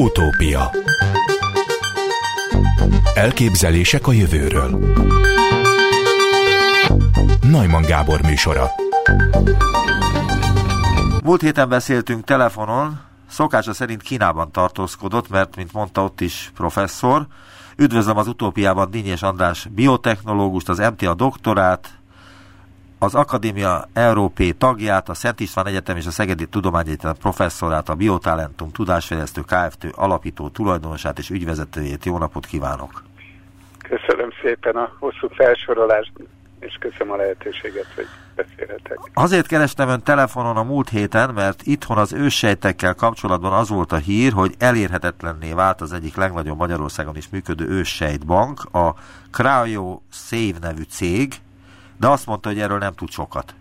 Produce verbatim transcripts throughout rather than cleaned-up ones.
Utópia. Elképzelések a jövőről. Neumann Gábor műsora. Múlt héten beszéltünk telefonon, szokása szerint Kínában tartózkodott, mert, mint mondta, ott is professzor. Üdvözlöm az Utópiában Dinnyés András biotechnológust, az em té á doktorát, az Akadémia Európai tagját, a Szent István Egyetem és a Szegedi Tudományegyetem professzorát, a Biotalentum Tudásfejlesztő Kft. Alapító tulajdonosát és ügyvezetőjét. Jó napot kívánok! Köszönöm szépen a hosszú felsorolást, és köszönöm a lehetőséget, hogy beszélhetek. Azért kerestem ön telefonon a múlt héten, mert itthon az őssejtekkel kapcsolatban az volt a hír, hogy elérhetetlenné vált az egyik legnagyobb Magyarországon is működő őssejtbank, a CryoSave nevű cég, de azt mondta, hogy erről nem tud sokat.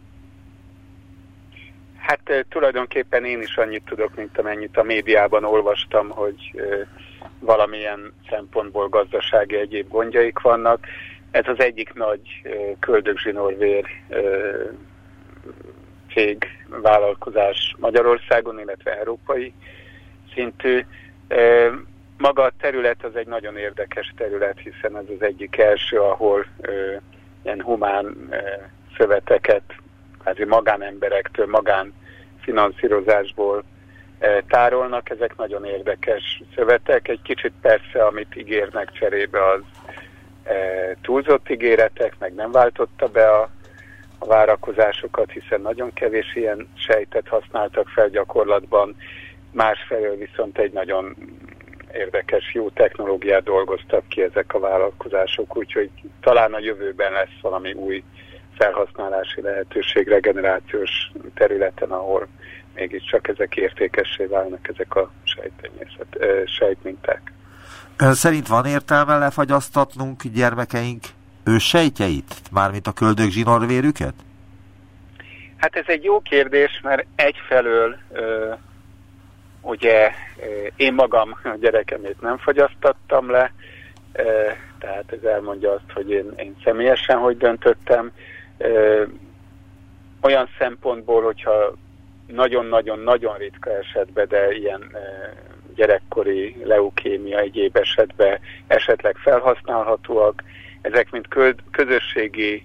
Hát tulajdonképpen én is annyit tudok, mint amennyit a médiában olvastam, hogy valamilyen szempontból gazdasági egyéb gondjaik vannak. Ez az egyik nagy köldögzsinórvér cég, vállalkozás Magyarországon, illetve európai szintű. Maga a terület az egy nagyon érdekes terület, hiszen ez az egyik első, ahol ilyen humán szöveteket, kvázi magánemberektől, magánfinanszírozásból tárolnak. Ezek nagyon érdekes szövetek. Egy kicsit persze, amit ígérnek cserébe, az túlzott ígéretek, meg nem váltotta be a, a várakozásokat, hiszen nagyon kevés ilyen sejtet használtak fel gyakorlatban. Másfelől viszont egy nagyon érdekes, jó technológiát dolgoztak ki ezek a vállalkozások, úgyhogy talán a jövőben lesz valami új felhasználási lehetőség regenerációs területen, ahol mégiscsak ezek értékessé válnak, ezek a sejtminták. Ön szerint van értelme lefagyasztatnunk gyermekeink őssejtjeit, mármint a köldögzsinórvérüket? Hát ez egy jó kérdés, mert egyfelől ö, ugye én magam a gyerekemét nem fagyasztattam le, tehát ez elmondja azt, hogy én, én személyesen hogy döntöttem. Olyan szempontból, hogyha nagyon-nagyon-nagyon ritka esetben, de ilyen gyerekkori leukémia egyéb esetben esetleg felhasználhatóak, ezek mint közösségi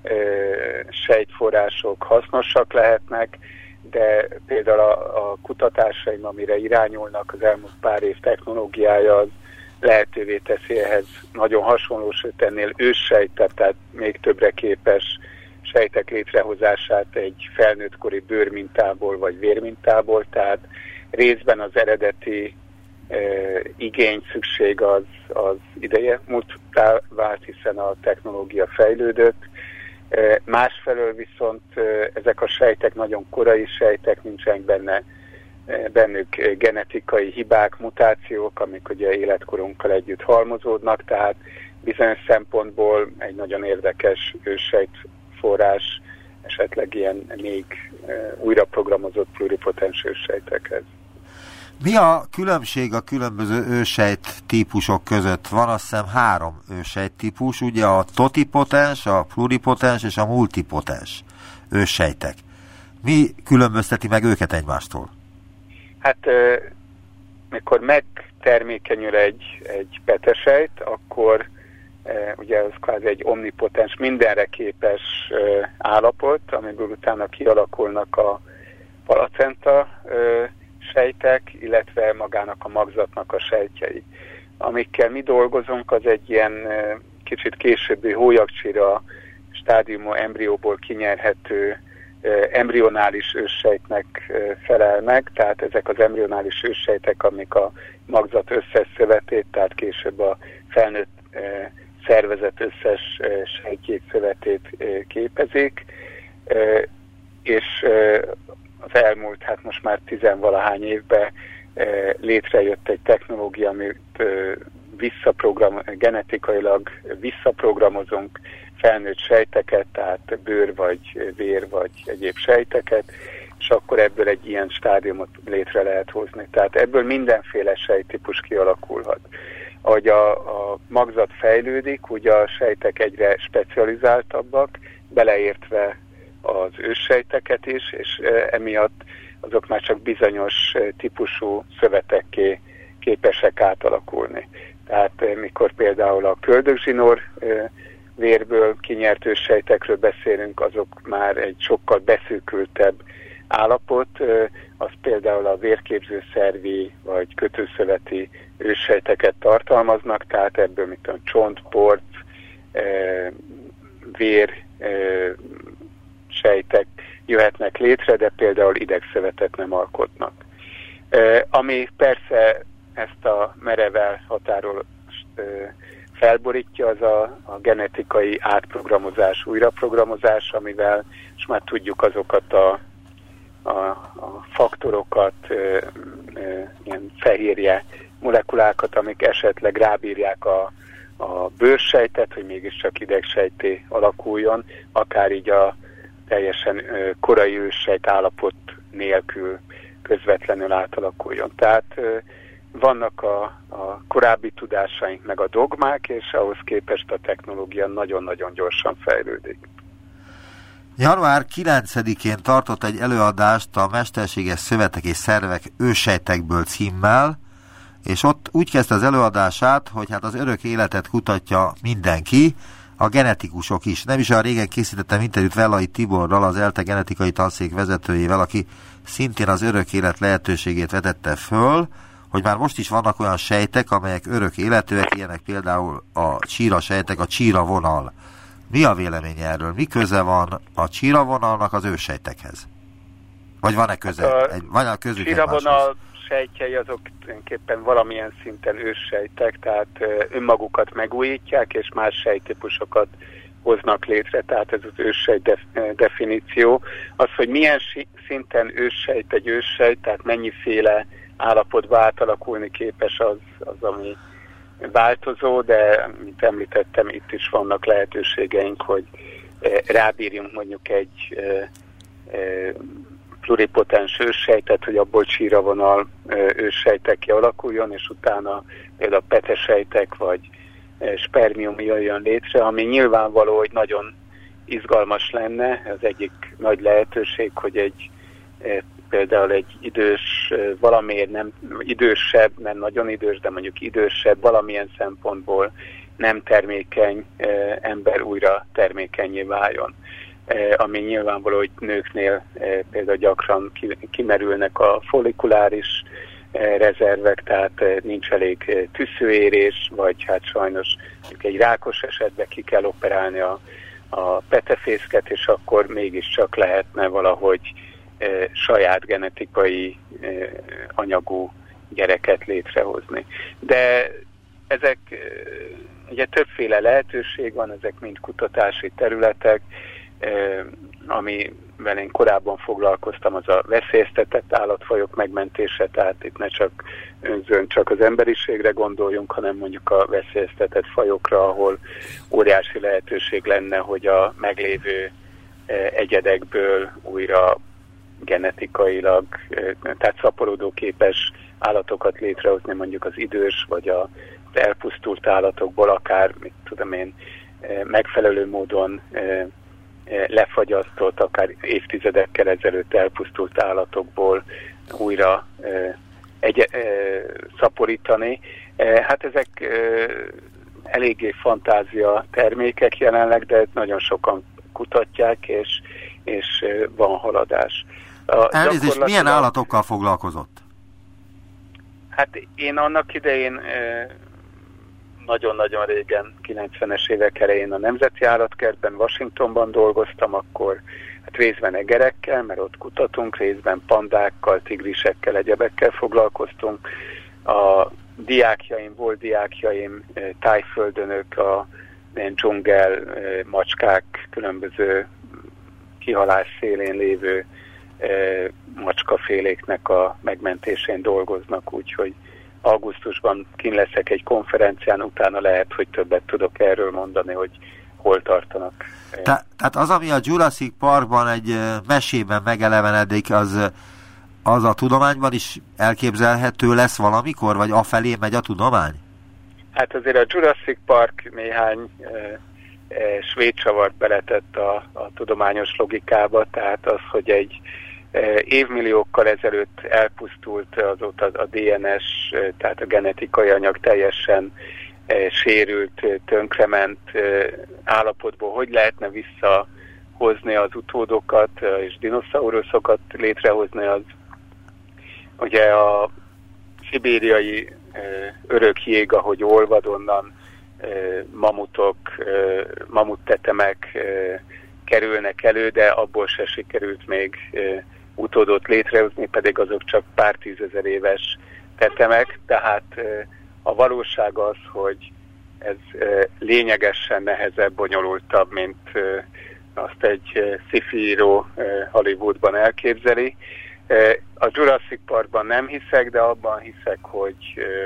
sejtforrások hasznosak lehetnek, de például a, a kutatásaim, amire irányulnak az elmúlt pár év technológiája, az lehetővé teszi ehhez nagyon hasonló, sőt ennél őssejtet, tehát még többre képes sejtek létrehozását egy felnőttkori bőrmintából vagy vérmintából, tehát részben az eredeti e, igény, szükség az, az ideje múltá vált, hiszen a technológia fejlődött. Másfelől viszont ezek a sejtek nagyon korai sejtek, nincsenek benne bennük genetikai hibák, mutációk, amik ugye életkorunkkal együtt halmozódnak, tehát bizonyos szempontból egy nagyon érdekes őssejtforrás, esetleg ilyen még újra programozott pluripotens őssejtekhez. Mi a különbség a különböző őssejt típusok között? Van azt hiszem három őssejt típus, ugye a totipotens, a pluripotens és a multipotens őssejtek. Mi különbözteti meg őket egymástól? Hát mikor megtermékenyül egy, egy petesejt, akkor ugye az kvázi egy omnipotens, mindenre képes állapot, amiből utána kialakulnak a placenta sejtek, illetve magának a magzatnak a sejtjei. Amikkel mi dolgozunk, az egy ilyen kicsit későbbi hólyagcsira stádiumú embrióból kinyerhető embrionális őssejtnek felel meg, tehát ezek az embrionális őssejtek, amik a magzat összes szövetét, tehát később a felnőtt szervezet összes sejtjét, szövetét képezik, és az elmúlt, hát most már tizenvalahány évben létrejött egy technológia, amit visszaprogram, genetikailag visszaprogramozunk felnőtt sejteket, tehát bőr vagy vér vagy egyéb sejteket, és akkor ebből egy ilyen stádiumot létre lehet hozni. Tehát ebből mindenféle sejttípus kialakulhat. Ahogy a, a magzat fejlődik, ugye a sejtek egyre specializáltabbak, beleértve az őssejteket is, és emiatt azok már csak bizonyos típusú szövetekké képesek átalakulni. Tehát mikor például a köldögzsinór vérből kinyert őssejtekről beszélünk, azok már egy sokkal beszűkültebb állapot, az például a vérképzőszervi vagy kötőszöveti őssejteket tartalmaznak, tehát ebből mint a csont, porc, vér sejtek jöhetnek létre, de például idegszövetet nem alkotnak. Ami persze ezt a merev elhatárolást felborítja, az a, a genetikai átprogramozás, újraprogramozás, amivel és már tudjuk azokat a, a, a faktorokat, ö, ö, ilyen fehérje molekulákat, amik esetleg rábírják a, a bőrsejtet, hogy mégiscsak idegsejté alakuljon, akár így a teljesen ö, korai őssejt állapot nélkül közvetlenül átalakuljon. Tehát ö, vannak a, a korábbi tudásaink, meg a dogmák, és ahhoz képest a technológia nagyon-nagyon gyorsan fejlődik. január kilencedikén tartott egy előadást a Mesterséges Szövetek és Szervek őssejtekből címmel, és ott úgy kezdte az előadását, hogy hát az örök életet kutatja mindenki, a genetikusok is. Nem is olyan régen készítettem interjút Vellai Tiborral, az ELTE genetikai tanszék vezetőjével, aki szintén az örök élet lehetőségét vetette föl, hogy már most is vannak olyan sejtek, amelyek örök életűek, ilyenek például a csíra sejtek, a csíra vonal. Mi a vélemény erről? Mi köze van a csíra vonalnak az őssejtekhez? Vagy van-e köze? A egy, van a közük csíra vonal sejtjei azok tulajdonképpen valamilyen szinten őssejtek, tehát önmagukat megújítják, és más sejttípusokat hoznak létre, tehát ez az őssejt def- definíció. Az, hogy milyen szinten őssejt egy őssejt, tehát mennyiféle állapotba átalakulni képes, az, az, ami változó, de, mint említettem, itt is vannak lehetőségeink, hogy rábírjunk mondjuk egy pluripotens őssejtet, hogy abból csíravonal őssejtek kialakuljon, és utána például petesejtek vagy spermium jöjjön létre, ami nyilvánvaló, hogy nagyon izgalmas lenne. Az egyik nagy lehetőség, hogy egy például egy idős, valamiért nem idősebb, nem nagyon idős, de mondjuk idősebb, valamilyen szempontból nem termékeny ember újra termékennyé váljon. Ami nyilvánvaló, hogy nőknél például gyakran kimerülnek a follikuláris rezervek, tehát nincs elég tüszőérés, vagy hát sajnos egy rákos esetben ki kell operálni a, a petefészket, és akkor mégiscsak lehetne valahogy E, saját genetikai e, anyagú gyereket létrehozni. De ezek, e, ugye többféle lehetőség van, ezek mind kutatási területek, e, amivel én korábban foglalkoztam, az a veszélyeztetett állatfajok megmentése, tehát itt ne csak önzőn csak az emberiségre gondoljunk, hanem mondjuk a veszélyeztetett fajokra, ahol óriási lehetőség lenne, hogy a meglévő e, egyedekből újra genetikailag, tehát szaporodóképes állatokat létrehozni, mondjuk az idős vagy az elpusztult állatokból, akár, mit tudom én, megfelelő módon lefagyasztott, akár évtizedekkel ezelőtt elpusztult állatokból újra egy, szaporítani. Hát ezek eléggé fantázia termékek jelenleg, de nagyon kutatják, és, és van haladás. Elnézést, milyen állatokkal foglalkozott? Hát én annak idején nagyon-nagyon régen, kilencvenes évek elején a Nemzeti Állatkertben, Washingtonban dolgoztam, akkor hát részben egerekkel, mert ott kutatunk, részben pandákkal, tigrisekkel, egyebekkel foglalkoztunk. A diákjaim, volt diákjaim, tájföldönök, a dzsungel, macskák, különböző kihalás szélén lévő macskaféléknek a megmentésén dolgoznak, úgyhogy augusztusban kint leszek egy konferencián, utána lehet, hogy többet tudok erről mondani, hogy hol tartanak. Te, tehát az, ami a Jurassic Parkban egy mesében megelevenedik, az, az a tudományban is elképzelhető lesz valamikor, vagy afelé megy a tudomány? Hát azért a Jurassic Park néhány e, e, svéd csavart beletett a, a tudományos logikába, tehát az, hogy egy Évmilliókkal ezelőtt elpusztult azóta a dé en es, tehát a genetikai anyag teljesen sérült, tönkrement állapotból. Hogy lehetne visszahozni az utódokat és dinoszauruszokat létrehozni? Az ugye a szibériai örök jég, ahogy olvad, onnan mamutok, mamuttetemek kerülnek elő, de abból se sikerült még utódot létrehozni, pedig azok csak pár tízezer éves tetemek, tehát a valóság az, hogy ez lényegesen nehezebb, bonyolultabb, mint azt egy sci-fi író Hollywoodban elképzeli. A Jurassic Parkban nem hiszek, de abban hiszek, hogy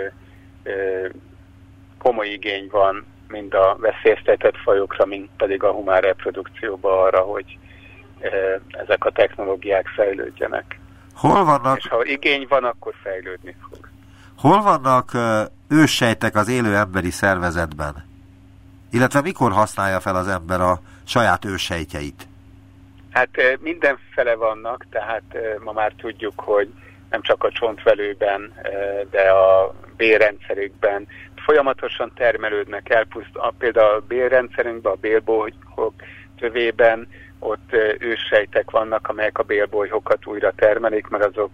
komoly igény van mind a veszélyeztetett fajokra, mind pedig a humán reprodukcióba arra, hogy ezek a technológiák fejlődjenek. Hol vannak... És ha igény van, akkor fejlődni fog. Hol vannak őssejtek az élő emberi szervezetben? Illetve mikor használja fel az ember a saját őssejtjeit? Hát mindenfele vannak, tehát ma már tudjuk, hogy nem csak a csontvelőben, de a bélrendszerükben folyamatosan termelődnek el, például a bélrendszerünkben, a bélbolyhok tövében, ott őssejtek vannak, amelyek a bélbolyhokat újra termelik, mert azok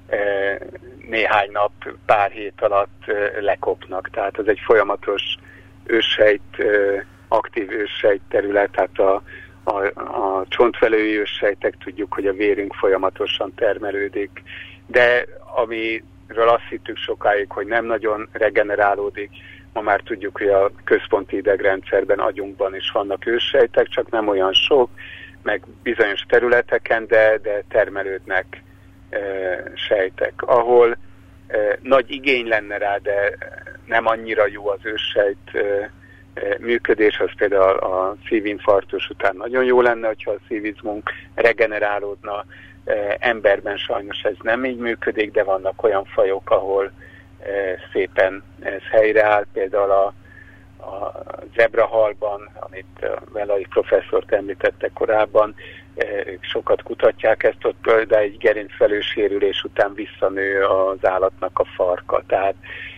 néhány nap, pár hét alatt lekopnak. Tehát ez egy folyamatos őssejt, aktív őssejt terület, tehát a, a, a csontvelői őssejtek tudjuk, hogy a vérünk folyamatosan termelődik. De amiről azt hittük sokáig, hogy nem nagyon regenerálódik, ma már tudjuk, hogy a központi idegrendszerben, agyunkban is vannak őssejtek, csak nem olyan sok, meg bizonyos területeken, de, de termelődnek e, sejtek. Ahol e, nagy igény lenne rá, de nem annyira jó az őssejt e, e, működés, az például a szívinfarktus után nagyon jó lenne, hogyha a szívizmunk regenerálódna. E, emberben sajnos ez nem így működik, de vannak olyan fajok, ahol e, szépen ez helyreáll, például a a zebrahalban, amit a Vellai professzort említette korábban, ők sokat kutatják ezt, ott például egy gerincvelősérülés után visszanő az állatnak a farka, tehát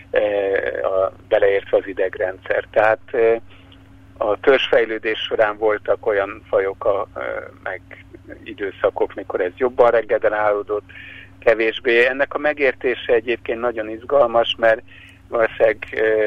a, beleértve az idegrendszer. Tehát a törzsfejlődés során voltak olyan fajok, a, meg időszakok, mikor ez jobban regenerálódott, kevésbé. Ennek a megértése egyébként nagyon izgalmas, mert valószínűleg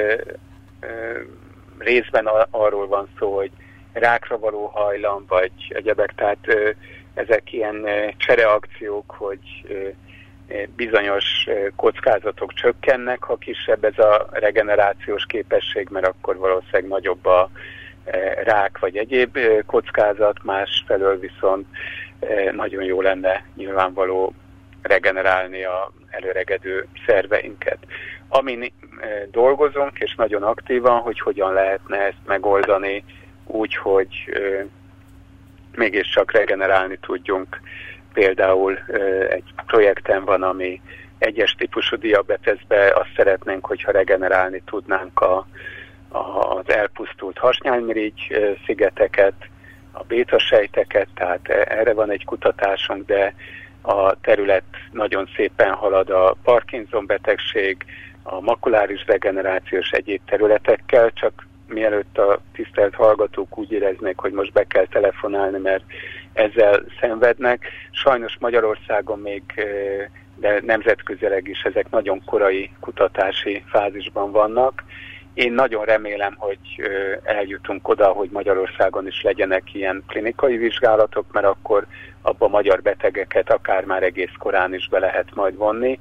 részben arról van szó, hogy rákra való hajlam, vagy egyebek, tehát ö, ezek ilyen ö, csereakciók, hogy ö, bizonyos ö, kockázatok csökkennek, ha kisebb ez a regenerációs képesség, mert akkor valószínűleg nagyobb a ö, rák vagy egyéb ö, kockázat, másfelől viszont ö, nagyon jó lenne nyilvánvaló regenerálni a előregedő szerveinket. Amin dolgozunk, és nagyon aktívan, hogy hogyan lehetne ezt megoldani úgy, hogy ö, mégiscsak regenerálni tudjunk. Például ö, egy projektem van, ami egyes típusú diabetesbe azt szeretnénk, hogyha regenerálni tudnánk a, a, az elpusztult hasnyálmirigy ö, szigeteket, a bétasejteket, tehát erre van egy kutatásunk, de a terület nagyon szépen halad a Parkinson betegség, a makuláris regenerációs egyéb területekkel, csak mielőtt a tisztelt hallgatók úgy éreznék, hogy most be kell telefonálni, mert ezzel szenvednek. Sajnos Magyarországon még, de nemzetközileg is ezek nagyon korai kutatási fázisban vannak. Én nagyon remélem, hogy eljutunk oda, hogy Magyarországon is legyenek ilyen klinikai vizsgálatok, mert akkor abba a magyar betegeket akár már egész korán is be lehet majd vonni.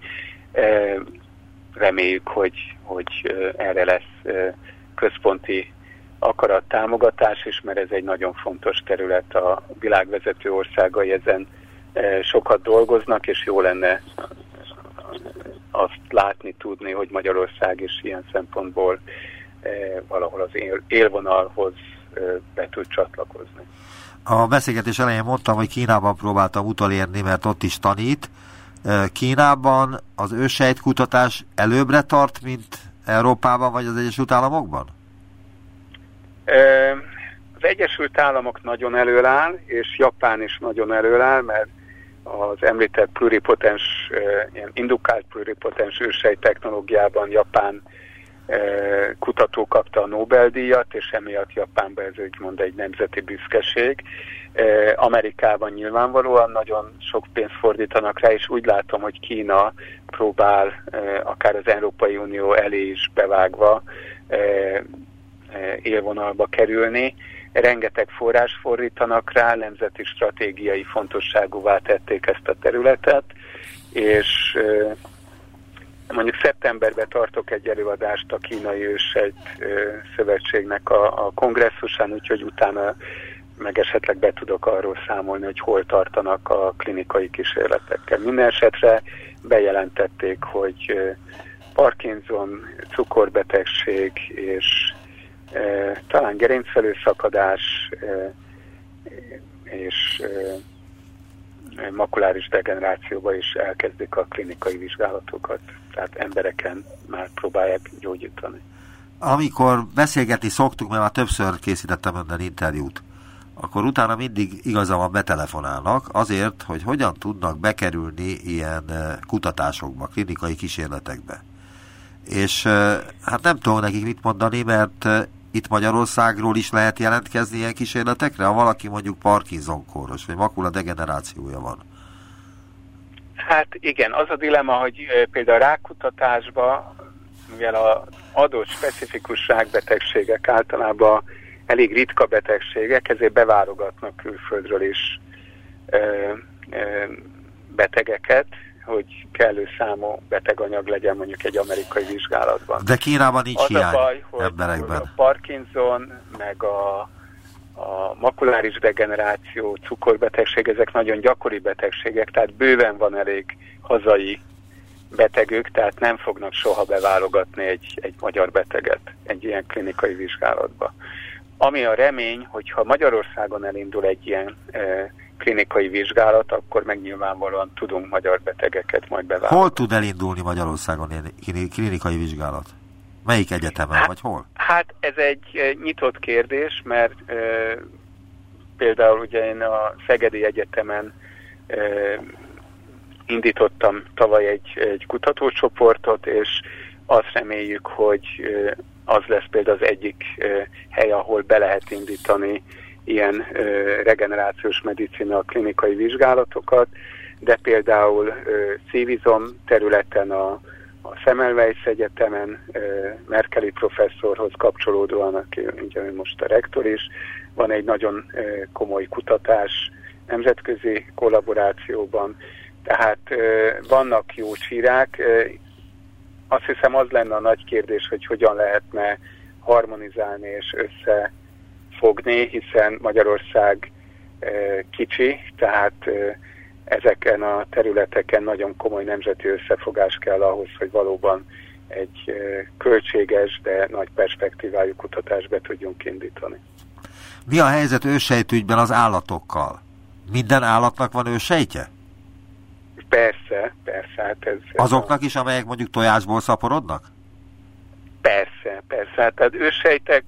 Reméljük, hogy, hogy erre lesz központi akarat, támogatás is, mert ez egy nagyon fontos terület. A világvezető országai ezen sokat dolgoznak, és jó lenne azt látni, tudni, hogy Magyarország is ilyen szempontból valahol az él, élvonalhoz be tud csatlakozni. A beszélgetés elején mondtam, hogy Kínában próbáltam utolérni, mert ott is tanít. Kínában az őssejtkutatás előbbre tart, mint Európában vagy az Egyesült Államokban? Az Egyesült Államok nagyon előáll, és Japán is nagyon előáll, mert az említett pluripotens, ilyen indukált pluripotens őssejt technológiában japán kutató kapta a Nobel-díjat, és emiatt Japánban ez úgymond egy nemzeti büszkeség. Amerikában nyilvánvalóan nagyon sok pénzt fordítanak rá, és úgy látom, hogy Kína próbál akár az Európai Unió elé is bevágva élvonalba kerülni. Rengeteg forrás fordítanak rá, nemzeti stratégiai fontosságúvá tették ezt a területet, és mondjuk szeptemberben tartok egy előadást a Kínai Őssejt Szövetségnek a, a kongresszusán, úgyhogy utána meg esetleg be tudok arról számolni, hogy hol tartanak a klinikai kísérletekkel. Minden esetre bejelentették, hogy Parkinson, cukorbetegség és e, talán gerincfelőszakadás e, és e, makuláris degenerációba is elkezdik a klinikai vizsgálatokat, tehát embereken már próbálják gyógyítani. Amikor beszélgetni szoktuk, mert már többször készítettem önnel interjút, akkor utána mindig igaza van, betelefonálnak azért, hogy hogyan tudnak bekerülni ilyen kutatásokba, klinikai kísérletekbe. És hát nem tudom nekik mit mondani, mert itt Magyarországról is lehet jelentkezni ilyen kísérletekre, ha valaki mondjuk Parkinson-kóros, vagy makula degenerációja van. Hát igen, az a dilemma, hogy például a rákutatásban, mivel az adott specifikus rákbetegségek általában elég ritka betegségek, ezért beválogatnak külföldről is ö, ö, betegeket, hogy kellő számú beteganyag legyen mondjuk egy amerikai vizsgálatban. De Kínában nincs az hiány a baj, hogy emberekben. A Parkinson, meg a, a makuláris degeneráció, cukorbetegség, ezek nagyon gyakori betegségek, tehát bőven van elég hazai betegük, tehát nem fognak soha beválogatni egy, egy magyar beteget egy ilyen klinikai vizsgálatba. Ami a remény, hogyha Magyarországon elindul egy ilyen e, klinikai vizsgálat, akkor meg nyilvánvalóan tudunk magyar betegeket majd beválogatni. Hol tud elindulni Magyarországon ilyen klinikai vizsgálat? Melyik egyetemen, hát, vagy hol? Hát ez egy e, nyitott kérdés, mert e, például ugye én a Szegedi Egyetemen e, indítottam tavaly egy, egy kutatócsoportot, és azt reméljük, hogy e, az lesz például az egyik uh, hely, ahol be lehet indítani ilyen uh, regenerációs medicina klinikai vizsgálatokat, de például uh, szívizom területen a, a Semmelweis Egyetemen uh, Merkeli professzorhoz kapcsolódóan, aki ugye most a rektor is, van egy nagyon uh, komoly kutatás nemzetközi kollaborációban, tehát uh, vannak jó csírák. uh, Azt hiszem, az lenne a nagy kérdés, hogy hogyan lehetne harmonizálni és összefogni, hiszen Magyarország e, kicsi, tehát e, ezeken a területeken nagyon komoly nemzeti összefogás kell ahhoz, hogy valóban egy e, költséges, de nagy perspektívájú kutatást be tudjunk indítani. Mi a helyzet őssejtügyben az állatokkal? Minden állatnak van őssejtje? Persze, persze. Hát ez, Azoknak is, amelyek mondjuk tojásból szaporodnak? Persze, persze. Hát az őssejtek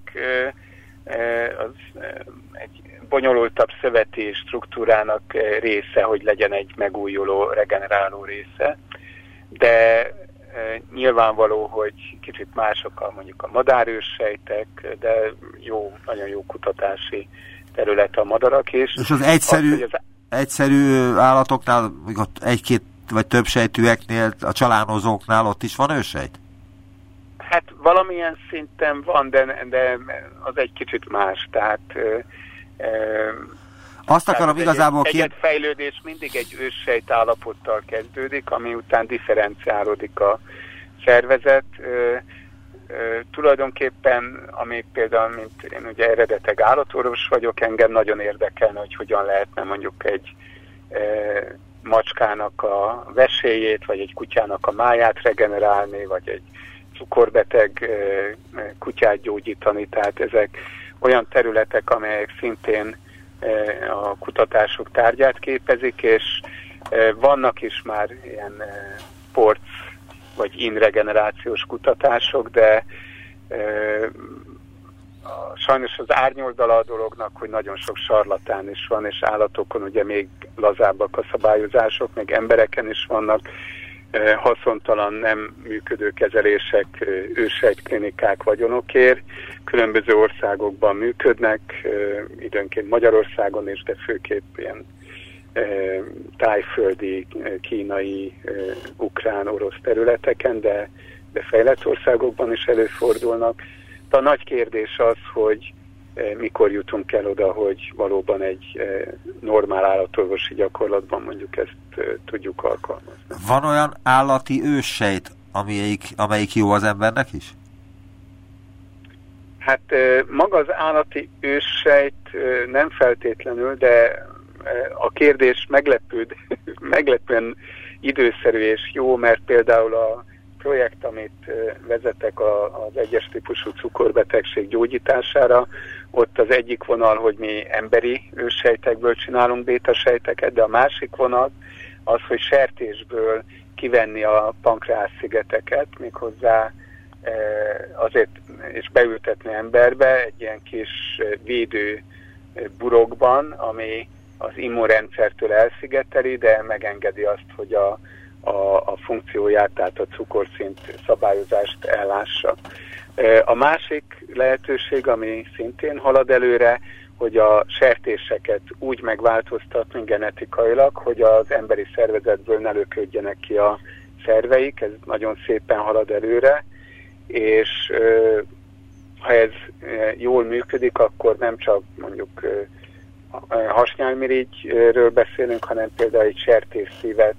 az egy bonyolultabb szöveti struktúrának része, hogy legyen egy megújuló, regeneráló része, de nyilvánvaló, hogy kicsit mások a mondjuk a madárőssejtek, de jó, nagyon jó kutatási terület a madarak is. És az egyszerű... Az, az egyszerű állatoknál, egy-két vagy több sejtűeknél, a csalánozóknál ott is van őssejt? Hát valamilyen szinten van, de, de az egy kicsit más, tehát e, azt akarom igazából egy, egy fejlődés mindig egy őssejt állapottal kezdődik, ami után differenciálódik a szervezet. E, e, tulajdonképpen, ami például, mint én ugye eredeteg állatorvos vagyok, engem nagyon érdekelne, hogy hogyan lehetne mondjuk egy e, macskának a vesélyét, vagy egy kutyának a máját regenerálni, vagy egy cukorbeteg e, kutyát gyógyítani. Tehát ezek olyan területek, amelyek szintén e, a kutatások tárgyát képezik, és e, vannak is már ilyen e, porc vagy inregenerációs kutatások, de e, sajnos az árnyoldala a dolognak, hogy nagyon sok sarlatán is van, és állatokon ugye még lazábbak a szabályozások, még embereken is vannak haszontalan, nem működő kezelések, ősejtklinikák vagyonokért. Különböző országokban működnek, időnként Magyarországon is, de főképp ilyen tájföldi, kínai, ukrán, orosz területeken, de, de fejlett országokban is előfordulnak. De a nagy kérdés az, hogy mikor jutunk el oda, hogy valóban egy normál állatorvosi gyakorlatban mondjuk ezt tudjuk alkalmazni. Van olyan állati őssejt, amelyik, amelyik jó az embernek is? Hát maga az állati őssejt nem feltétlenül, de a kérdés meglepő, meglepően időszerű és jó, mert például a projekt, amit vezetek az egyes típusú cukorbetegség gyógyítására, ott az egyik vonal, hogy mi emberi őssejtekből csinálunk bétasejteket, de a másik vonal az, hogy sertésből kivenni a pankreász-szigeteket, méghozzá azért, és beültetni emberbe egy ilyen kis védő burokban, ami az immunrendszertől elszigeteli, de megengedi azt, hogy a, a, a funkcióját, tehát a cukorszint szabályozást ellássa. A másik lehetőség, ami szintén halad előre, hogy a sertéseket úgy megváltoztatni genetikailag, hogy az emberi szervezetből ne löködjenek ki a szerveik, ez nagyon szépen halad előre, és ha ez jól működik, akkor nem csak mondjuk hasnyálmirigyről beszélünk, hanem például egy sertésszívet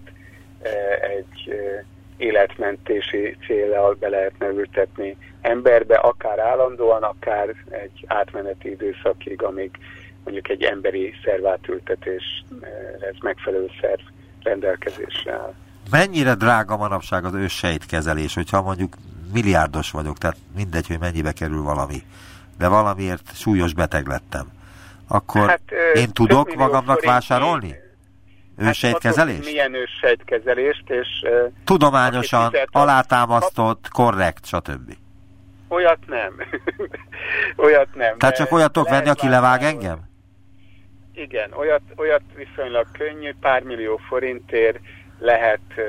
egy életmentési céllal be lehetne ültetni emberbe, akár állandóan, akár egy átmeneti időszakig, amíg mondjuk egy emberi szervátültetés, ez megfelelő szerv rendelkezésre áll. Mennyire drága manapság az őssejtkezelés, hogyha mondjuk milliárdos vagyok, tehát mindegy, hogy mennyibe kerül valami, de valamiért súlyos beteg lettem, akkor hát, én tudok magamnak vásárolni? Őssejtkezelést? Hát, milyen őssejtkezelést, és tudományosan, alátámasztott, korrekt, stb. Olyat nem. Olyat nem. Tehát csak olyat tudok venni, aki levág engem? Igen, olyat, olyat viszonylag könnyű, pár millió forintért lehet uh,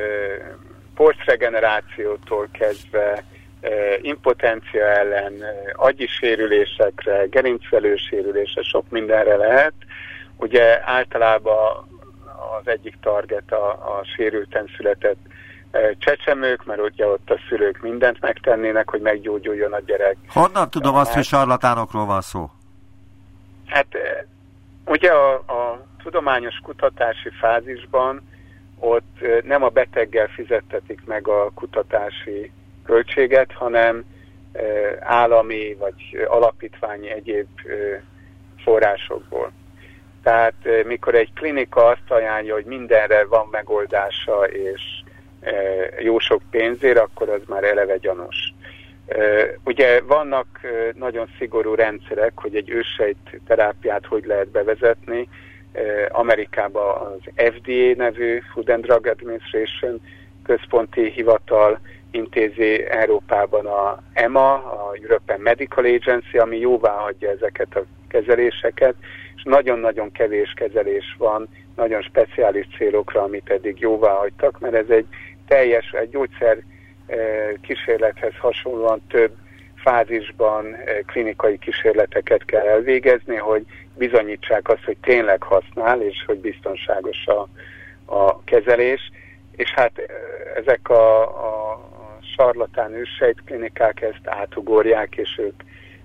porcregenerációtól kezdve uh, impotencia ellen, uh, agyi sérülésekre, gerincvelősérülésre, sok mindenre lehet. Ugye általában az egyik target a, a sérülten született csecsemők, mert ugye ott a szülők mindent megtennének, hogy meggyógyuljon a gyerek. Honnan tudom azt, hogy sarlatánokról van szó? Hát ugye a, a tudományos kutatási fázisban ott nem a beteggel fizettetik meg a kutatási költséget, hanem állami vagy alapítványi egyéb forrásokból. Tehát mikor egy klinika azt ajánlja, hogy mindenre van megoldása, és jó sok pénzért, akkor az már eleve gyanús. Ugye vannak nagyon szigorú rendszerek, hogy egy őssejt terápiát hogy lehet bevezetni. Amerikában az F D A nevű Food and Drug Administration központi hivatal intézi, Európában a E M A, a European Medical Agency, ami jóvá hagyja ezeket a kezeléseket, és nagyon-nagyon kevés kezelés van, nagyon speciális célokra, amit eddig jóvá hagytak, mert ez egy teljes, egy gyógyszer kísérlethez hasonlóan több fázisban klinikai kísérleteket kell elvégezni, hogy bizonyítsák azt, hogy tényleg használ, és hogy biztonságos a, a kezelés. És hát ezek a, a sarlatán őssejtklinikák ezt átugorják, és ők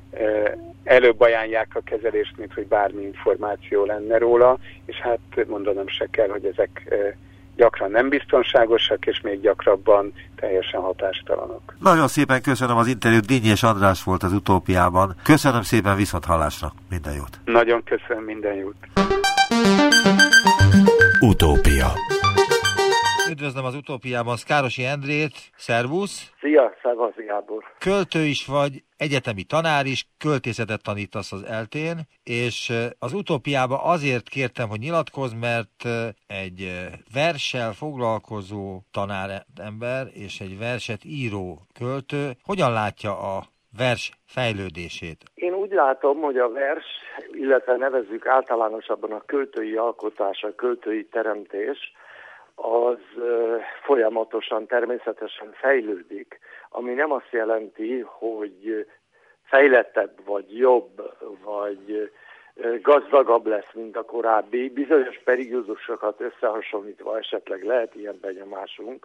előbb ajánlják a kezelést, mint hogy bármi információ lenne róla, és hát mondanom se kell, hogy ezek gyakran nem biztonságosak, és még gyakrabban teljesen hatástalanok. Nagyon szépen köszönöm az interjút, Dinnyés András volt az Utópiában. Köszönöm szépen, viszont hallásra. Minden jót. Nagyon köszönöm, minden jót. Utópia. Üdvözlöm az Utópiában Szkárosi Endrét. Szervusz! Szia, szervusz Gábor! Költő is vagy, egyetemi tanár is, költészetet tanítasz az eltén, és az Utópiába azért kértem, hogy nyilatkozz, mert egy verssel foglalkozó tanárember és egy verset író költő hogyan látja a vers fejlődését? Én úgy látom, hogy a vers, illetve nevezzük általánosabban a költői alkotás, a költői teremtés, az folyamatosan, természetesen fejlődik, ami nem azt jelenti, hogy fejlettebb, vagy jobb, vagy gazdagabb lesz, mint a korábbi. Bizonyos periódusokat összehasonlítva esetleg lehet ilyen benyomásunk,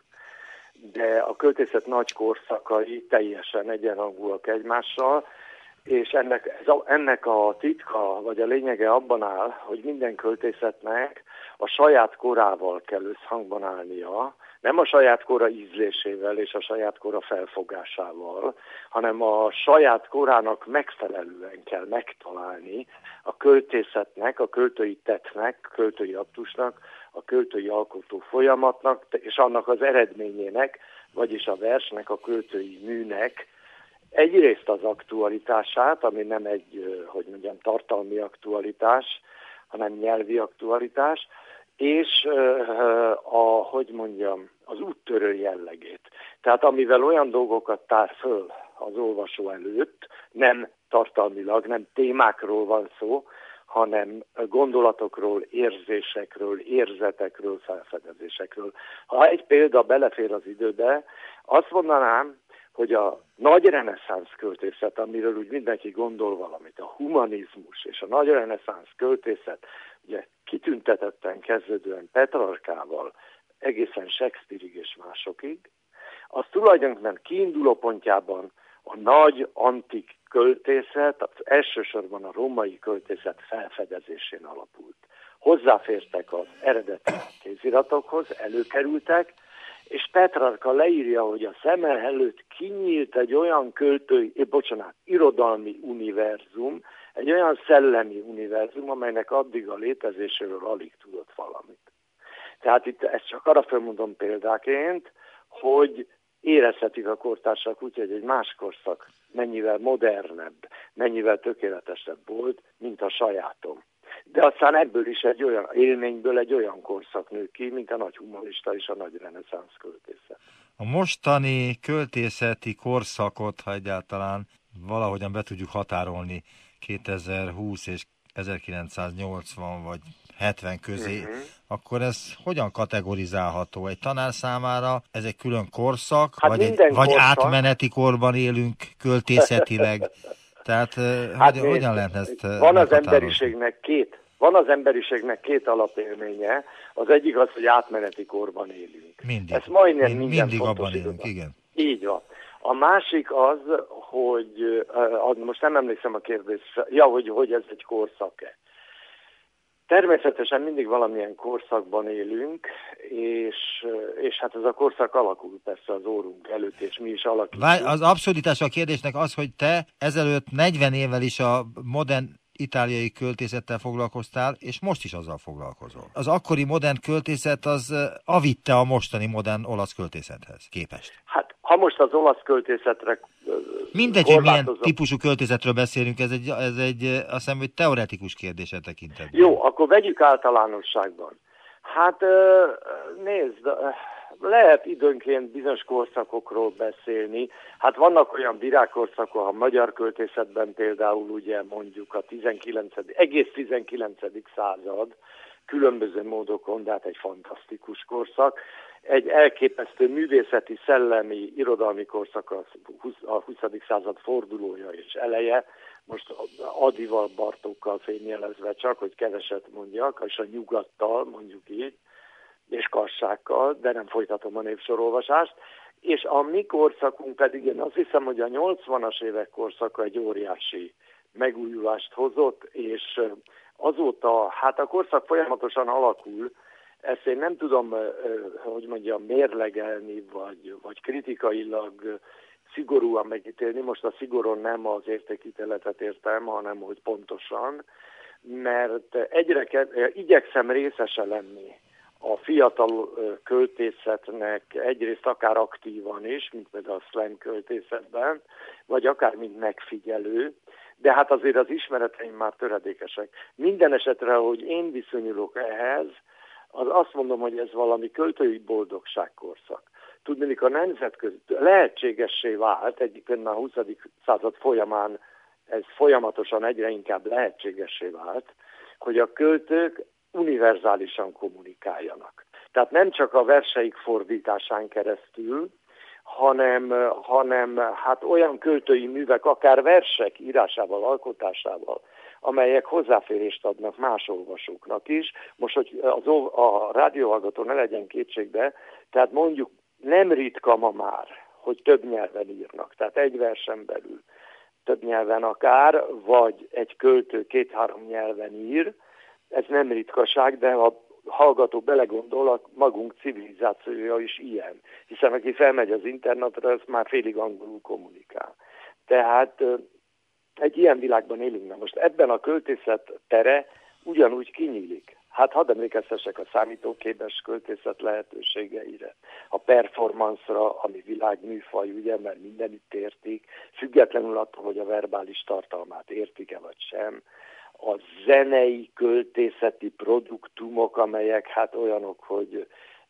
de a költészet nagy korszakai teljesen egyenrangúak egymással, és ennek, ez a, ennek a titka, vagy a lényege abban áll, hogy minden költészetnek a saját korával kell összhangban állnia, nem a saját kora ízlésével és a saját kora felfogásával, hanem a saját korának megfelelően kell megtalálni a költészetnek, a költői tettnek, költői aktusnak, a költői alkotó folyamatnak, és annak az eredményének, vagyis a versnek, a költői műnek egyrészt az aktualitását, ami nem egy, hogy mondjam, tartalmi aktualitás, hanem nyelvi aktualitás, és a, hogy mondjam, az úttörő jellegét. Tehát amivel olyan dolgokat tár föl az olvasó előtt, nem tartalmilag, nem témákról van szó, hanem gondolatokról, érzésekről, érzetekről, felfedezésekről. Ha egy példa belefér az időbe, azt mondanám, hogy a nagy reneszánsz költészet, amiről úgy mindenki gondol valamit, a humanizmus és a nagy reneszánsz költészet, ugye kitüntetetten kezdődően Petrarkával, egészen Shakespeareig és másokig, az tulajdonképpen kiinduló pontjában a nagy antik költészet, az elsősorban a római költészet felfedezésén alapult. Hozzáfértek az eredeti kéziratokhoz, előkerültek, és Petrarka leírja, hogy a szeme előtt kinyílt egy olyan költői, eh, bocsánat, irodalmi univerzum, egy olyan szellemi univerzum, amelynek addig a létezéséről alig tudott valamit. Tehát itt ezt csak arra felmondom példáként, hogy érezhetik a kortársak úgy, hogy egy más korszak mennyivel modernebb, mennyivel tökéletesebb volt, mint a sajátom. De aztán ebből is egy olyan élményből egy olyan korszak nő ki, mint a nagy humanista és a nagy reneszánsz költészet. A mostani költészeti korszakot, ha egyáltalán valahogyan be tudjuk határolni kétezer-húsz és ezerkilencszáznyolcvan vagy hetven közé, uh-huh. akkor ez hogyan kategorizálható? Egy tanár számára ez egy külön korszak, hát vagy, egy, korszak. vagy átmeneti korban élünk költészetileg? Tehát hát hogy, hogyan lehet ezt van az emberiségnek két, van az emberiségnek két alapélménye. Az egyik az, hogy átmeneti korban élünk. Mindig. Ez majdnem Mind, minden mindig abban élünk, időben. igen. Így van. A másik az, hogy az, most nem emlékszem a kérdésre, ja, hogy, hogy ez egy korszak-e. Természetesen mindig valamilyen korszakban élünk, és, és hát ez a korszak alakul persze az órunk előtt, és mi is alakítjuk. Az abszurditás a kérdésnek az, hogy te ezelőtt negyven évvel is a modern itáliai költészettel foglalkoztál, és most is azzal foglalkozol. Az akkori modern költészet az avitte a mostani modern olasz költészethez képest. Hát, ha most az olasz költészetre mindegy, hogy milyen típusú költészetről beszélünk, ez egy, ez egy azt hiszem, hogy teoretikus kérdése tekintetben. Jó, akkor vegyük általánosságban. Hát nézd, lehet időnként bizonyos korszakokról beszélni. Hát vannak olyan virágkorszakok, a magyar költészetben például ugye mondjuk a tizenkilencedik egész tizenkilencedik század, különböző módokon, de hát egy fantasztikus korszak. Egy elképesztő művészeti, szellemi, irodalmi korszak a huszadik század fordulója és eleje. Most Adival, Bartókkal fényjelezve csak, hogy keveset mondjak, és a nyugattal, mondjuk így, és Kassákkal, de nem folytatom a névsorolvasást. És a mi korszakunk pedig, én azt hiszem, hogy a nyolcvanas évek korszaka egy óriási megújulást hozott, és azóta, hát a korszak folyamatosan alakul, ezt én nem tudom, hogy mondjam, mérlegelni, vagy, vagy kritikailag szigorúan megítélni. Most a szigoron nem az értékítéletet értem, hanem hogy pontosan, mert egyre ke- igyekszem részese lenni a fiatal költészetnek, egyrészt akár aktívan is, mint például a slam költészetben, vagy akár mint megfigyelő, de hát azért az ismereteim már töredékesek. Minden esetre, hogy én viszonyulok ehhez, az azt mondom, hogy ez valami költői boldogságkorszak. Tudnék, a nemzetközi lehetségessé vált, egyébként már a huszadik század folyamán ez folyamatosan egyre inkább lehetségessé vált, hogy a költők univerzálisan kommunikáljanak. Tehát nem csak a verseik fordításán keresztül, hanem, hanem hát olyan költői művek, akár versek írásával, alkotásával, amelyek hozzáférést adnak más olvasóknak is. Most, hogy az, a rádióhallgató ne legyen kétségbe, tehát mondjuk nem ritka ma már, hogy több nyelven írnak, tehát egy versen belül több nyelven akár, vagy egy költő két-három nyelven ír, ez nem ritkaság, de ha hallgató belegondol, a magunk civilizációja is ilyen. Hiszen aki felmegy az internetre, az már félig angolul kommunikál. Tehát egy ilyen világban élünk. Na most ebben a költészet tere ugyanúgy kinyílik. Hát hadd emlékeztessek a számítógépes költészet lehetőségeire, a performance-ra, ami világműfaj, ugye, mert mindenütt értik, függetlenül attól, hogy a verbális tartalmát értik-e vagy sem, a zenei, költészeti produktumok, amelyek hát olyanok, hogy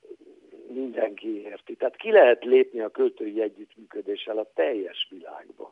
mindenki érti. Tehát ki lehet lépni a költői együttműködéssel a teljes világba.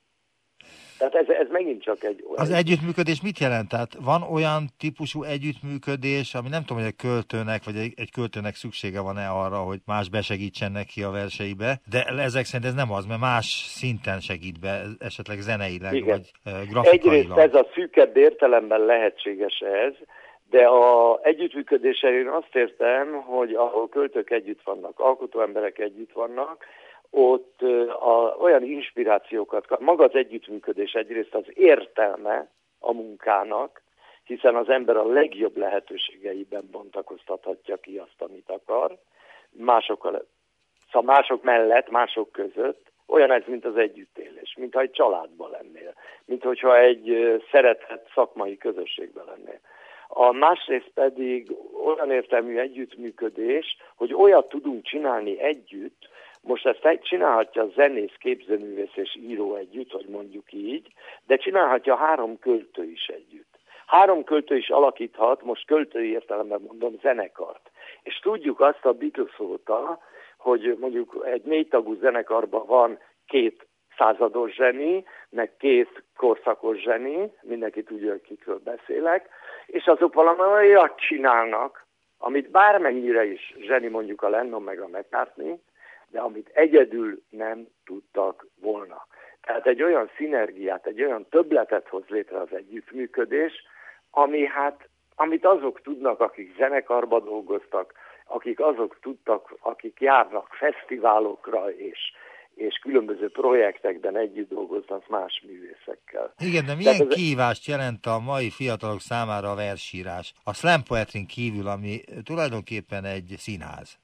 Tehát ez, ez megint csak egy olyan... Az együttműködés mit jelent? Tehát van olyan típusú együttműködés, ami nem tudom, hogy egy költőnek, vagy egy, egy költőnek szüksége van-e arra, hogy más besegítsen neki a verseibe, de ezek szerint ez nem az, mert más szinten segít be, esetleg zeneileg, igen, vagy uh, grafikailag. Egyrészt ez a szűkebb értelemben lehetséges ez, de az együttműködésre én azt értem, hogy ahol költők együtt vannak, alkotó emberek együtt vannak, ott a, olyan inspirációkat, maga az együttműködés egyrészt az értelme a munkának, hiszen az ember a legjobb lehetőségeiben bontakoztathatja ki azt, amit akar, másokkal, szóval mások mellett, mások között, olyan ez, mint az együttélés, mintha egy családban lennél, mint hogyha egy szeretett szakmai közösségben lennél. A másrészt pedig olyan értelmű együttműködés, hogy olyat tudunk csinálni együtt, most ezt csinálhatja a zenész, képzőművész és író együtt, hogy mondjuk így, de csinálhatja három költő is együtt. Három költő is alakíthat, most költői értelemben mondom, zenekart. És tudjuk azt a Beatles óta, hogy mondjuk egy négytagú zenekarban van két százados zseni, meg két korszakos zseni, mindenki tudja, hogy kikről beszélek, és azok valami olyat csinálnak, amit bármennyire is zseni, mondjuk a Lennon meg a McCartney, de amit egyedül nem tudtak volna. Tehát egy olyan szinergiát, egy olyan többletet hoz létre az együttműködés, ami hát, amit azok tudnak, akik zenekarba dolgoztak, akik azok tudtak, akik járnak fesztiválokra és, és különböző projektekben együtt dolgoznak más művészekkel. Igen, de milyen ez... kihívást jelent a mai fiatalok számára a versírás? A slam poetry kívül, ami tulajdonképpen egy színház.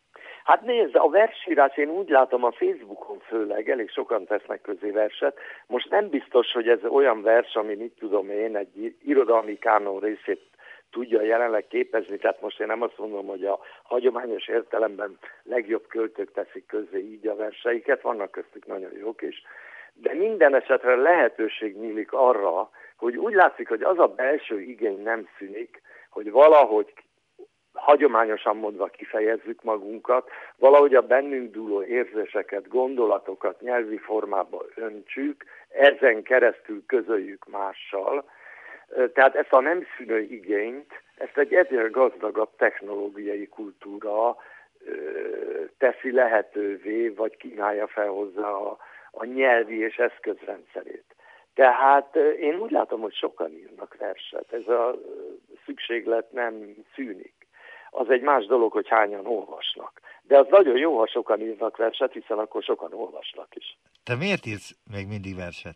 Hát nézd, a versírás én úgy látom a Facebookon főleg, elég sokan tesznek közé verset. Most nem biztos, hogy ez olyan vers, ami mit tudom én, egy irodalmi kánon részét tudja jelenleg képezni. Tehát most én nem azt mondom, hogy a hagyományos értelemben legjobb költők teszik közé így a verseiket, vannak köztük nagyon jók is. De minden esetre lehetőség nyílik arra, hogy úgy látszik, hogy az a belső igény nem szűnik, hogy valahogy hagyományosan mondva kifejezzük magunkat, valahogy a bennünk dúló érzéseket, gondolatokat nyelvi formába öntsük, ezen keresztül közöljük mással. Tehát ezt a nem szűnő igényt, ezt egy egyre gazdagabb technológiai kultúra teszi lehetővé, vagy kínálja fel hozzá a, a nyelvi és eszközrendszerét. Tehát én úgy látom, hogy sokan írnak verset, ez a szükséglet nem szűnik. Az egy más dolog, hogy hányan olvasnak. De az nagyon jó, ha sokan írnak verset, hiszen akkor sokan olvasnak is. Te miért írsz még mindig verset?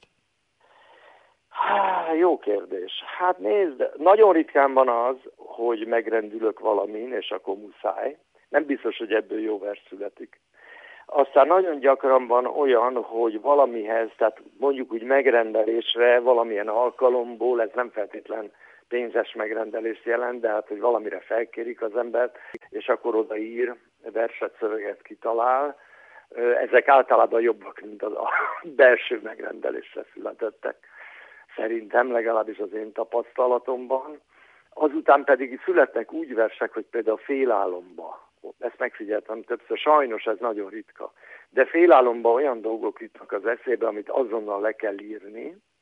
Há, jó kérdés. Hát nézd, nagyon ritkán van az, hogy megrendülök valamin, és akkor muszáj. Nem biztos, hogy ebből jó vers születik. Aztán nagyon gyakran van olyan, hogy valamihez, tehát mondjuk úgy megrendelésre, valamilyen alkalomból, ez nem feltétlen pénzes megrendelést jelent, de hát, hogy valamire felkérik az embert, és akkor odaír, verset, szöveget kitalál. Ezek általában jobbak, mint az a belső megrendelésre születettek. Szerintem, legalábbis az én tapasztalatomban. Azután pedig születnek úgy versek, hogy például Félálomba. Ezt megfigyeltem többször, sajnos ez nagyon ritka. De Félálomba olyan dolgok jutnak az eszébe, amit azonnal le kell írni,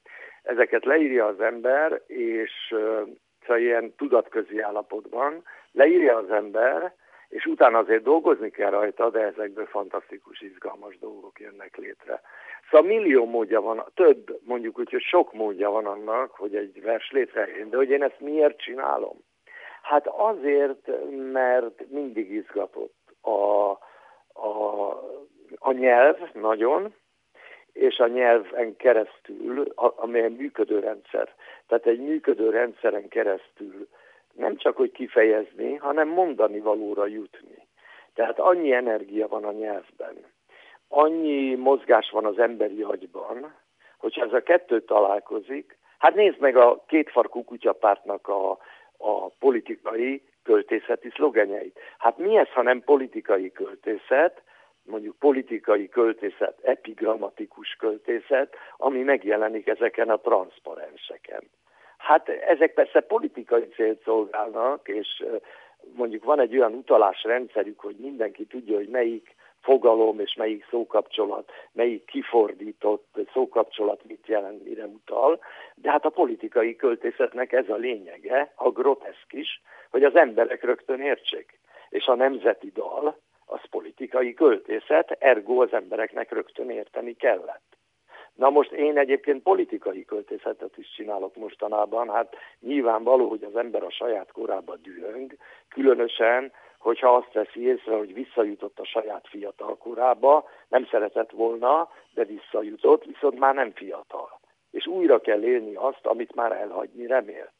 ezeket leírja az ember, és szóval ilyen tudatközi állapotban leírja az ember, és utána azért dolgozni kell rajta, de ezekből fantasztikus, izgalmas dolgok jönnek létre. Szóval millió módja van, több, mondjuk úgy, hogy sok módja van annak, hogy egy vers létrejön. De hogy én ezt miért csinálom? Hát azért, mert mindig izgatott a, a, a nyelv nagyon, és a nyelven keresztül, ami egy működő rendszer. Tehát egy működő rendszeren keresztül nem csak, hogy kifejezni, hanem mondani valóra jutni. Tehát annyi energia van a nyelvben, annyi mozgás van az emberi agyban, hogyha ez a kettő találkozik, hát nézd meg a kétfarkú kutyapártnak a, a politikai költészeti szlogenjeit. Hát mi ez, ha nem politikai költészet, mondjuk politikai költészet, epigrammatikus költészet, ami megjelenik ezeken a transzparenseken. Hát ezek persze politikai célt szolgálnak, és mondjuk van egy olyan utalásrendszerük, hogy mindenki tudja, hogy melyik fogalom és melyik szókapcsolat, melyik kifordított szókapcsolat mit jelent, mire utal, de hát a politikai költészetnek ez a lényege, a groteszk is, hogy az emberek rögtön értsék. És a nemzeti dal, az politikai költészet, ergo az embereknek rögtön érteni kellett. Na most én egyébként politikai költészetet is csinálok mostanában, hát nyilvánvaló, hogy az ember a saját korába dühöng, különösen, hogyha azt veszi észre, hogy visszajutott a saját fiatal korába, nem szeretett volna, de visszajutott, viszont már nem fiatal. És újra kell élni azt, amit már elhagyni remélt.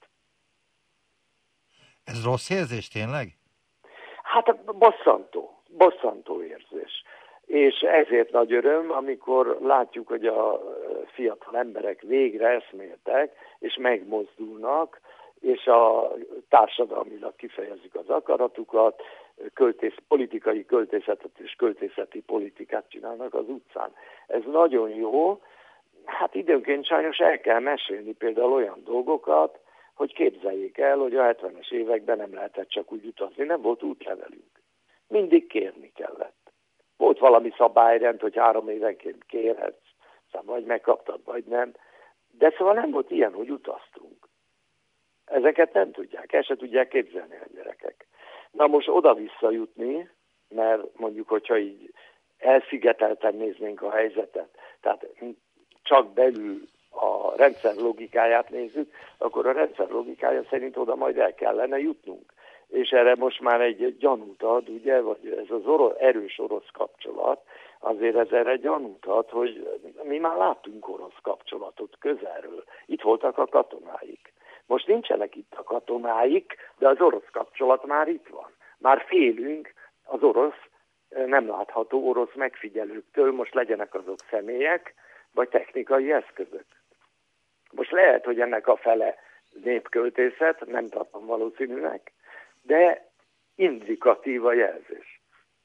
Ez rossz érzés tényleg? Hát bosszantó, bosszantó érzés. És ezért nagy öröm, amikor látjuk, hogy a fiatal emberek végre eszméltek, és megmozdulnak, és a társadalmilag kifejezik az akaratukat, költész, politikai költészetet és költészeti politikát csinálnak az utcán. Ez nagyon jó. Hát időnként sajnos el kell mesélni például olyan dolgokat, hogy képzeljék el, hogy a hetvenes években nem lehetett csak úgy utazni, nem volt útlevelünk. Mindig kérni kellett. Volt valami szabályrend, hogy három évenként kérhetsz, szóval vagy megkaptad, vagy nem. De szóval nem volt ilyen, hogy utaztunk. Ezeket nem tudják, el se tudják képzelni a gyerekek. Na most oda-vissza jutni, mert mondjuk, hogyha így elszigetelten néznénk a helyzetet, tehát csak belül a rendszer logikáját nézzük, akkor a rendszer logikája szerint oda majd el kellene jutnunk. És erre most már egy gyanút ad, ugye, vagy ez az orosz, erős orosz kapcsolat, azért ez erre gyanút ad, hogy mi már láttunk orosz kapcsolatot közelről. Itt voltak a katonáik. Most nincsenek itt a katonáik, de az orosz kapcsolat már itt van. Már félünk az orosz, nem látható orosz megfigyelőktől, most legyenek azok személyek, vagy technikai eszközök. Most lehet, hogy ennek a fele népköltészet, nem tartom valószínűnek, de indikatív a jelzés.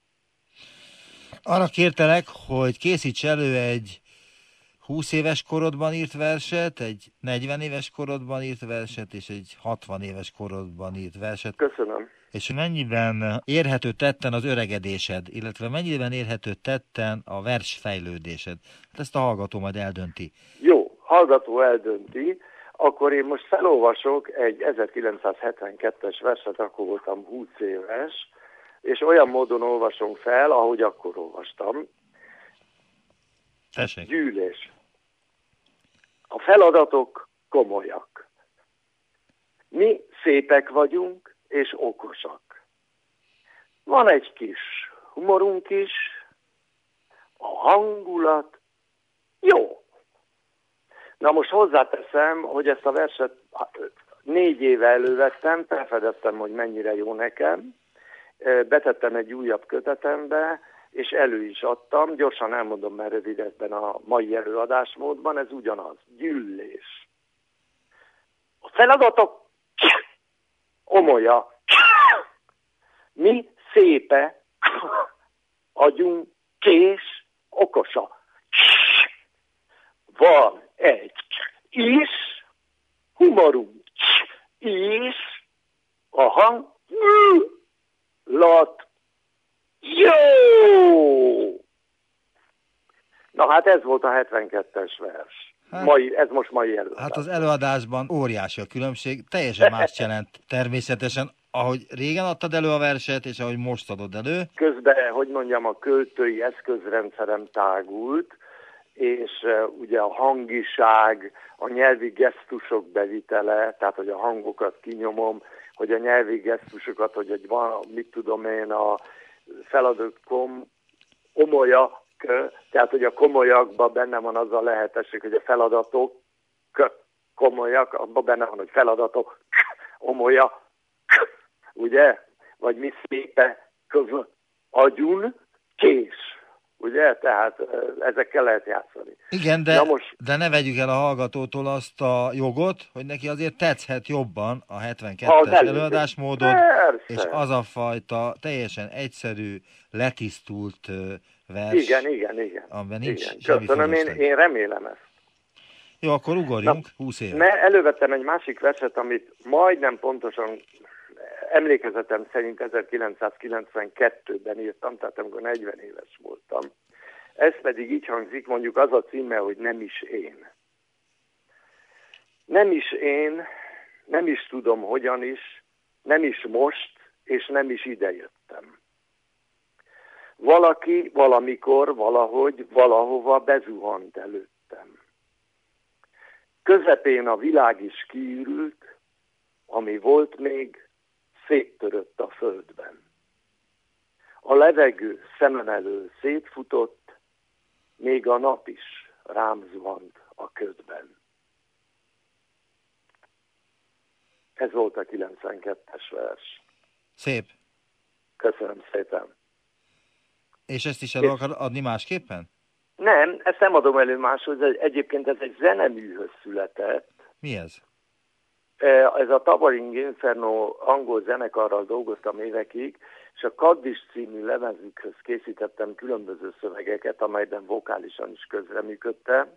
Arra kértelek, hogy készíts elő egy húsz éves korodban írt verset, egy negyven éves korodban írt verset, és egy hatvan éves korodban írt verset. Köszönöm. És mennyiben érhető tetten az öregedésed, illetve mennyiben érhető tetten a versfejlődésed? Hát ezt a hallgató majd eldönti. Jó, hallgató eldönti. Akkor én most felolvasok egy ezerkilencszázhetvenkettes verset, akkor voltam húsz éves, és olyan módon olvasom fel, ahogy akkor olvastam. Tessék. Gyűlés. A feladatok komolyak. Mi szépek vagyunk, és okosak. Van egy kis humorunk is, a hangulat jó. Na most hozzáteszem, hogy ezt a verset négy éve elővettem, felfedeztem, hogy mennyire jó nekem, betettem egy újabb kötetembe, és elő is adtam, gyorsan elmondom, mert rövidebben a mai előadásmódban, ez ugyanaz, gyűlés. A feladatok omolya, mi szépe, agyunk kés, okosa. Van egy is, humorunk is, a hang lat jó. Na hát ez volt a hetvenkettes vers. Hát, mai, ez most mai előadás. Hát az előadásban óriási a különbség, teljesen más jelent természetesen, ahogy régen adtad elő a verset, és ahogy most adod elő. Közben, hogy mondjam, a költői eszközrendszerem tágult, és uh, ugye a hangiság, a nyelvi gesztusok bevitele, tehát hogy a hangokat kinyomom, hogy a nyelvi gesztusokat, hogy egy van, mit tudom én, a feladott kom, omolyak, tehát hogy a komolyakban benne van az a lehetőség, hogy a feladatok komolyak, abban benne van, hogy feladatok omolyak, ugye? Vagy mi szépe köv agyun kés. Ugye? Tehát ezekkel lehet játszani. Igen, de, most... de ne vegyük el a hallgatótól azt a jogot, hogy neki azért tetszhet jobban a hetvenkettes előadásmódod, és az a fajta teljesen egyszerű, letisztult vers. Igen, igen, igen. Amiben nincs igen. semmi Köszönöm, én, én remélem ezt. Jó, akkor ugorjunk, Na, húsz éve. Mert elővettem egy másik verset, amit majdnem pontosan emlékezetem szerint ezerkilencszázkilencvenkettőben írtam, tehát amikor negyven éves voltam. Ez pedig így hangzik, mondjuk az a címe, hogy Nem is én. Nem is én, nem is tudom hogyan is, nem is most, és nem is idejöttem. Valaki valamikor, valahogy, valahova bezuhant előttem. Közepén a világ is kiürült, ami volt még, széttörött a földben. A levegő szemem elől szétfutott, még a nap is rám zuhant a ködben. Ez volt a kilencvenkettes vers. Szép. Köszönöm szépen. És ezt is el akar adni másképpen? Nem, ezt nem adom elő máshoz, egyébként ez egy zeneműhöz született. Mi ez? Ez a Towering Inferno angol zenekarral dolgoztam évekig, és a Kaddish című lemezükhöz készítettem különböző szövegeket, amelyben vokálisan is közreműködtem,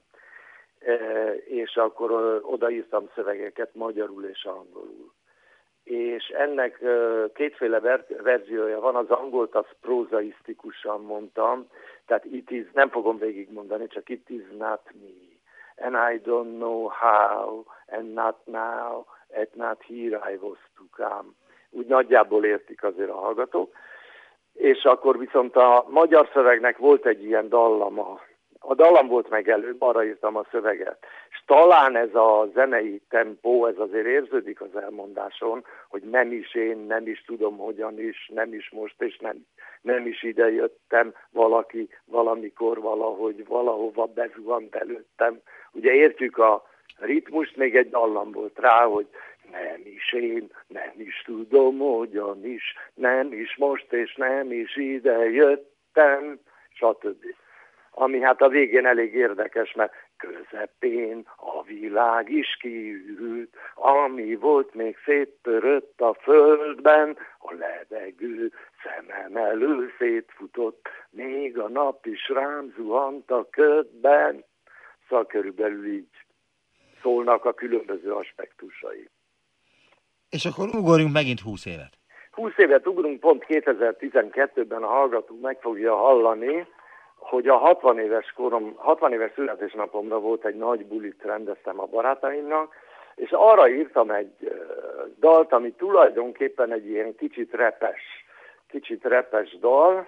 és akkor odaírtam szövegeket magyarul és angolul. És ennek kétféle ver- verziója van, az angolt azt prózaisztikusan mondtam, tehát it is, nem fogom végigmondani, csak it is not me. And I don't know how, and not now, and not here I was to come. Úgy nagyjából értik azért a hallgatók. És akkor viszont a magyar szövegnek volt egy ilyen dallama. A dallam volt meg előbb, arra írtam a szöveget. És talán ez a zenei tempó, ez azért érződik az elmondáson, hogy nem is én, nem is tudom hogyan is, nem is most, és nem, nem is ide jöttem, valaki valamikor, valahogy, valahova bezuhant előttem. Ugye értjük a ritmust, még egy dallam volt rá, hogy nem is én, nem is tudom hogyan is, nem is most, és nem is ide jöttem, stb. Ami hát a végén elég érdekes, mert közepén a világ is kiürült, ami volt még széttörött a földben, a levegő szemem elől szétfutott, még a nap is rám zuhant a ködben. Szóval körülbelül így szólnak a különböző aspektusai. És akkor ugorjunk megint húsz évet. húsz évet ugrunk, pont kétezer-tizenkettőben a hallgató meg fogja hallani, hogy a hatvan éves korom, hatvan éves születésnapomra volt egy nagy bulit, rendeztem a barátaimnak, és arra írtam egy uh, dalt, ami tulajdonképpen egy ilyen kicsit repes, kicsit repes dal.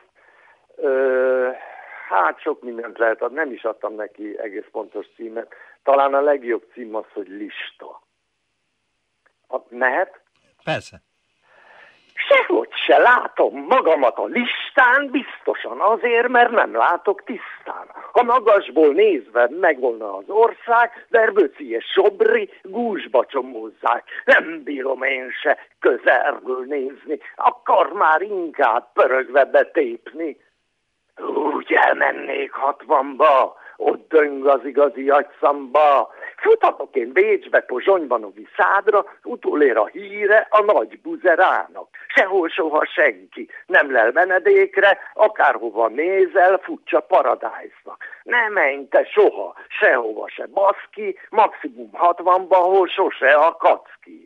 Uh, hát sok mindent lehet adni, nem is adtam neki egész pontos címet. Talán a legjobb cím az, hogy Lista. A, mehet? Persze. Sehogy se látom magamat a listán, biztosan azért, mert nem látok tisztán. Ha magasból nézve megvolna az ország, Verbőci és Sobri gúzsba csomózzák. Nem bírom én se közelről nézni, akar már inkább pörögve betépni. Úgy elmennék hatvanba, ott döng az igazi agyszamba. Futatok én Bécsbe, Pozsonyban, Novi Szádra, utolér a híre a nagy buzerának. Sehol soha senki nem lel menedékre, akárhova nézel, futsa paradájsznak. Ne menj te soha, sehova se baszki, maximum hatvanba, hol sose a kacki.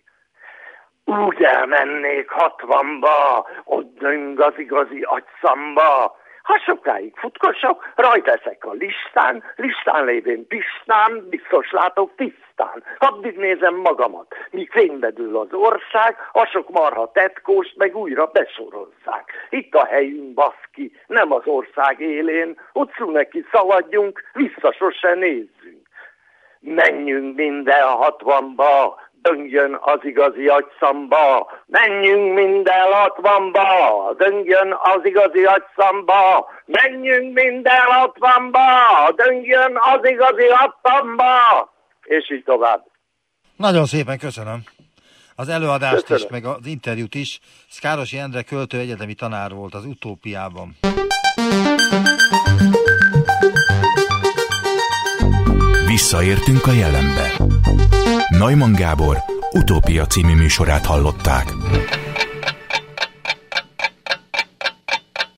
Úgy elmennék hatvanba, ott döng az igazi agyszamba. Ha sokáig futkosok, rajta eszek a listán, listán lévén Pistán, biztos látok tisztán. Addig nézem magamat, míg fénybe dől az ország, a sok marha tetkóst meg újra besorozzák. Itt a helyünk, baszki, nem az ország élén, utcú neki szaladjunk, vissza sose nézzünk. Menjünk minden hatvanba, döngjön az igazi agyszamba, menjünk minden hatvanba, döngjön az igazi agyszamba, menjünk minden hatvanba, döngjön az igazi agyszamba, és így tovább. Nagyon szépen köszönöm. Az előadást köszönöm. is, meg az interjút is. Szkárosi Endre költő egyetemi tanár volt az Utópiában. Visszaértünk a jelenbe. Neumann Gábor Utópia című műsorát hallották.